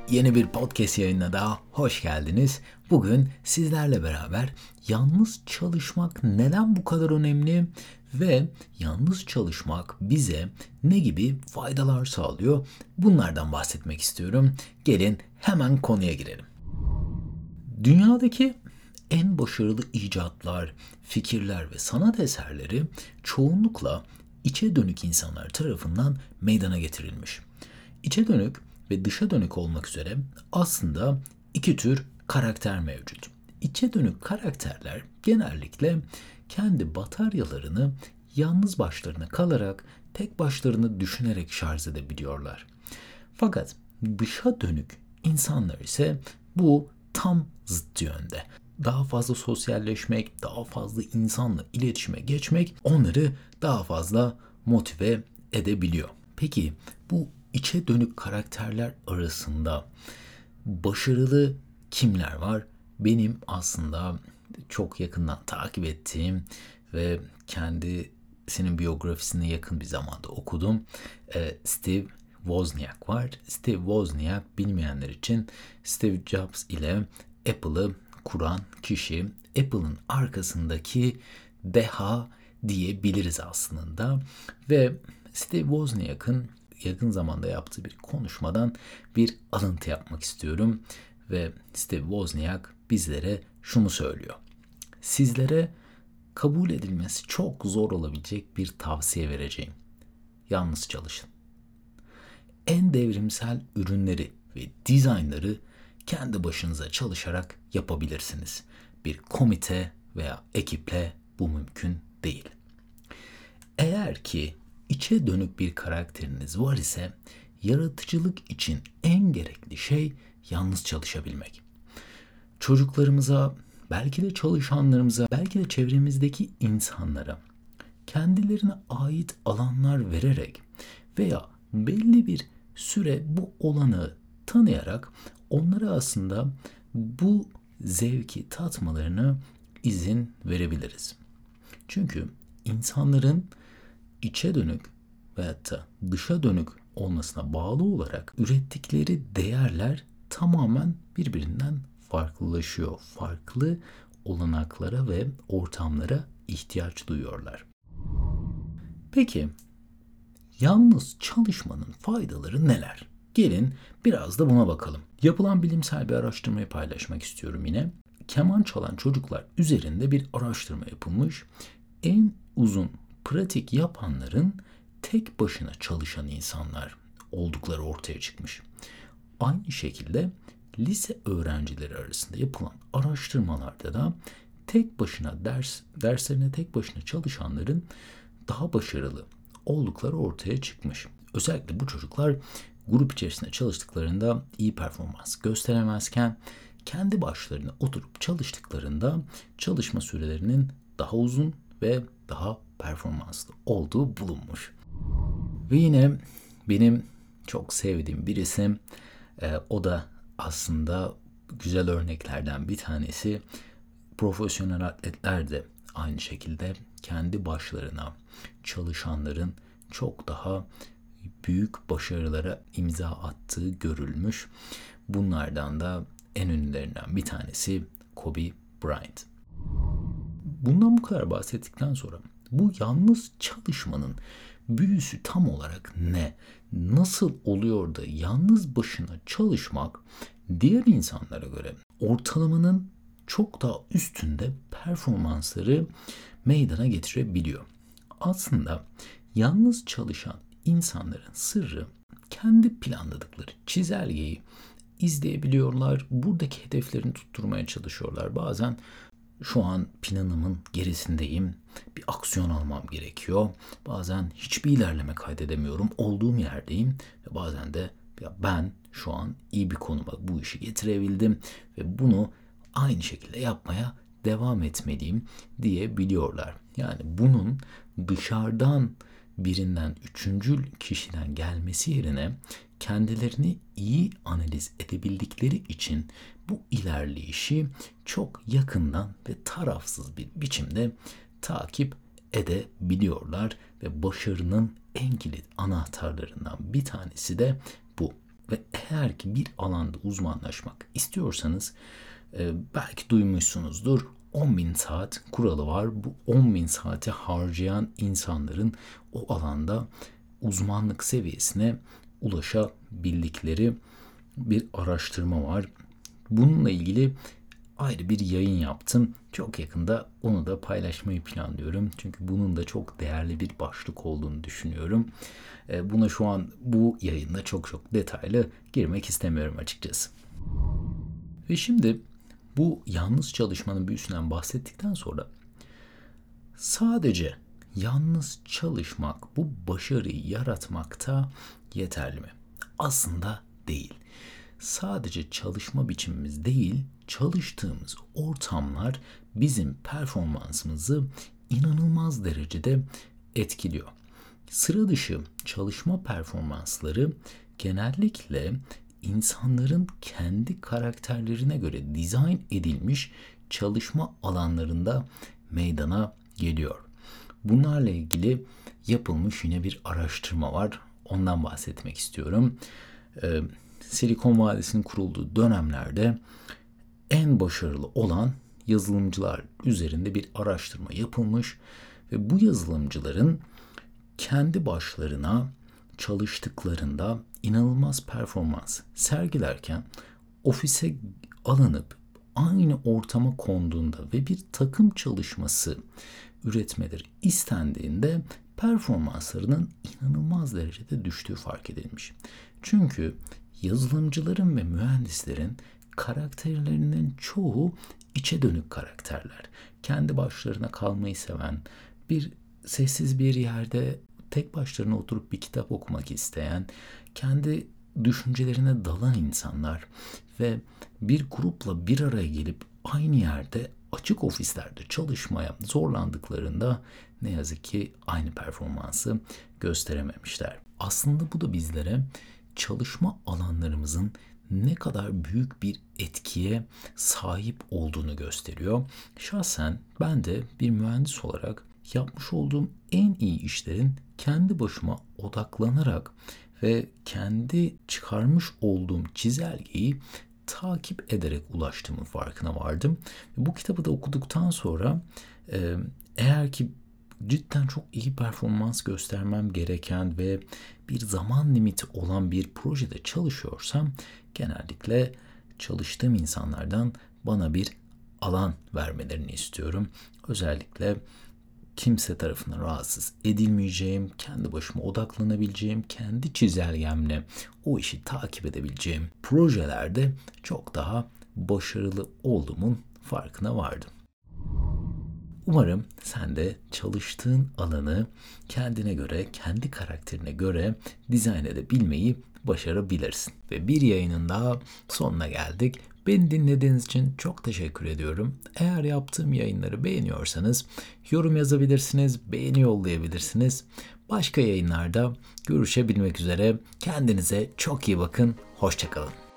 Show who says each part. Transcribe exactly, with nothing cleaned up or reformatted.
Speaker 1: Yeni bir podcast yayınına daha hoş geldiniz. Bugün sizlerle beraber yalnız çalışmak neden bu kadar önemli ve yalnız çalışmak bize ne gibi faydalar sağlıyor? Bunlardan bahsetmek istiyorum. Gelin hemen konuya girelim. Dünyadaki en başarılı icatlar, fikirler ve sanat eserleri çoğunlukla içe dönük insanlar tarafından meydana getirilmiş. İçe dönük ve dışa dönük olmak üzere aslında iki tür karakter mevcut. İçe dönük karakterler genellikle kendi bataryalarını yalnız başlarına kalarak, tek başlarını düşünerek şarj edebiliyorlar. Fakat dışa dönük insanlar ise bu tam zıt yönde. Daha fazla sosyalleşmek, daha fazla insanla iletişime geçmek onları daha fazla motive edebiliyor. Peki bu içe dönük karakterler arasında başarılı kimler var? Benim aslında çok yakından takip ettiğim ve kendisinin biyografisini yakın bir zamanda okudum. Steve Wozniak var. Steve Wozniak bilmeyenler için Steve Jobs ile Apple'ı kuran kişi. Apple'ın arkasındaki deha diyebiliriz aslında. Ve Steve Wozniak'ın yakın zamanda yaptığı bir konuşmadan bir alıntı yapmak istiyorum. Ve Steve Wozniak bizlere şunu söylüyor. Sizlere kabul edilmesi çok zor olabilecek bir tavsiye vereceğim. Yalnız çalışın. En devrimsel ürünleri ve dizaynları kendi başınıza çalışarak yapabilirsiniz. Bir komite veya ekiple bu mümkün değil. Eğer ki içe dönük bir karakteriniz var ise yaratıcılık için en gerekli şey yalnız çalışabilmek. Çocuklarımıza, belki de çalışanlarımıza, belki de çevremizdeki insanlara kendilerine ait alanlar vererek veya belli bir süre bu olanı tanıyarak onlara aslında bu zevki tatmalarına izin verebiliriz. Çünkü insanların içe dönük veyahut da dışa dönük olmasına bağlı olarak ürettikleri değerler tamamen birbirinden farklılaşıyor. Farklı olanaklara ve ortamlara ihtiyaç duyuyorlar. Peki yalnız çalışmanın faydaları neler? Gelin biraz da buna bakalım. Yapılan bilimsel bir araştırmayı paylaşmak istiyorum yine. Keman çalan çocuklar üzerinde bir araştırma yapılmış. En uzun pratik yapanların tek başına çalışan insanlar oldukları ortaya çıkmış. Aynı şekilde lise öğrencileri arasında yapılan araştırmalarda da tek başına ders derslerine tek başına çalışanların daha başarılı oldukları ortaya çıkmış. Özellikle bu çocuklar grup içerisinde çalıştıklarında iyi performans gösteremezken kendi başlarına oturup çalıştıklarında çalışma sürelerinin daha uzun ve daha performanslı olduğu bulunmuş. Ve yine benim çok sevdiğim bir isim, e, o da aslında güzel örneklerden bir tanesi. Profesyonel atletler de aynı şekilde kendi başlarına çalışanların çok daha büyük başarılara imza attığı görülmüş. Bunlardan da en ünlülerinden bir tanesi Kobe Bryant. Bundan bu kadar bahsettikten sonra bu yalnız çalışmanın büyüsü tam olarak ne? Nasıl oluyor da yalnız başına çalışmak diğer insanlara göre ortalamanın çok daha üstünde performansları meydana getirebiliyor? Aslında yalnız çalışan insanların sırrı kendi planladıkları çizelgeyi izleyebiliyorlar. Buradaki hedeflerini tutturmaya çalışıyorlar. Bazen şu an planımın gerisindeyim. Bir aksiyon almam gerekiyor. Bazen hiçbir ilerleme kaydedemiyorum. Olduğum yerdeyim. Ve bazen de ya ben şu an iyi bir konuma bu işi getirebildim ve bunu aynı şekilde yapmaya devam etmeliyim diyebiliyorlar. Yani bunun dışarıdan birinden, üçüncül kişiden gelmesi yerine kendilerini iyi analiz edebildikleri için bu ilerleyişi çok yakından ve tarafsız bir biçimde takip edebiliyorlar ve başarının en kilit anahtarlarından bir tanesi de bu. ve eğer ki bir alanda uzmanlaşmak istiyorsanız e, belki duymuşsunuzdur. on bin saat kuralı var. Bu on bin saati harcayan insanların o alanda uzmanlık seviyesine ulaşabildikleri bir araştırma var. Bununla ilgili ayrı bir yayın yaptım. Çok yakında onu da paylaşmayı planlıyorum. Çünkü bunun da çok değerli bir başlık olduğunu düşünüyorum. Buna şu an bu yayında çok çok detaylı girmek istemiyorum açıkçası. Ve şimdi bu yalnız çalışmanın büyüsünden bahsettikten sonra sadece yalnız çalışmak bu başarıyı yaratmakta yeterli mi? Aslında değil. Sadece çalışma biçimimiz değil, çalıştığımız ortamlar bizim performansımızı inanılmaz derecede etkiliyor. Sıra dışı çalışma performansları genellikle insanların kendi karakterlerine göre dizayn edilmiş çalışma alanlarında meydana geliyor. Bunlarla ilgili yapılmış yine bir araştırma var. Ondan bahsetmek istiyorum. Ee, Silikon Vadisi'nin kurulduğu dönemlerde en başarılı olan yazılımcılar üzerinde bir araştırma yapılmış ve bu yazılımcıların kendi başlarına çalıştıklarında inanılmaz performans sergilerken ofise alınıp aynı ortama konduğunda ve bir takım çalışması üretmeleri istendiğinde performanslarının inanılmaz derecede düştüğü fark edilmiş. Çünkü yazılımcıların ve mühendislerin karakterlerinin çoğu içe dönük karakterler. Kendi başlarına kalmayı seven, bir sessiz bir yerde tek başlarına oturup bir kitap okumak isteyen, kendi düşüncelerine dalan insanlar ve bir grupla bir araya gelip aynı yerde açık ofislerde çalışmaya zorlandıklarında ne yazık ki aynı performansı gösterememişler. Aslında bu da bizlere çalışma alanlarımızın ne kadar büyük bir etkiye sahip olduğunu gösteriyor. Şahsen ben de bir mühendis olarak yapmış olduğum en iyi işlerin kendi başıma odaklanarak ve kendi çıkarmış olduğum çizelgeyi takip ederek ulaştığımın farkına vardım. Bu kitabı da okuduktan sonra eğer ki cidden çok iyi performans göstermem gereken ve bir zaman limiti olan bir projede çalışıyorsam genellikle çalıştığım insanlardan bana bir alan vermelerini istiyorum. Özellikle kimse tarafından rahatsız edilmeyeceğim, kendi başıma odaklanabileceğim, kendi çizelgemle o işi takip edebileceğim projelerde çok daha başarılı olduğumun farkına vardım. Umarım sen de çalıştığın alanı kendine göre, kendi karakterine göre dizayn edebilmeyi başarabilirsin. Ve bir yayının daha sonuna geldik. Beni dinlediğiniz için çok teşekkür ediyorum. Eğer yaptığım yayınları beğeniyorsanız yorum yazabilirsiniz, beğeni yollayabilirsiniz. Başka yayınlarda görüşebilmek üzere. Kendinize çok iyi bakın. Hoşça kalın.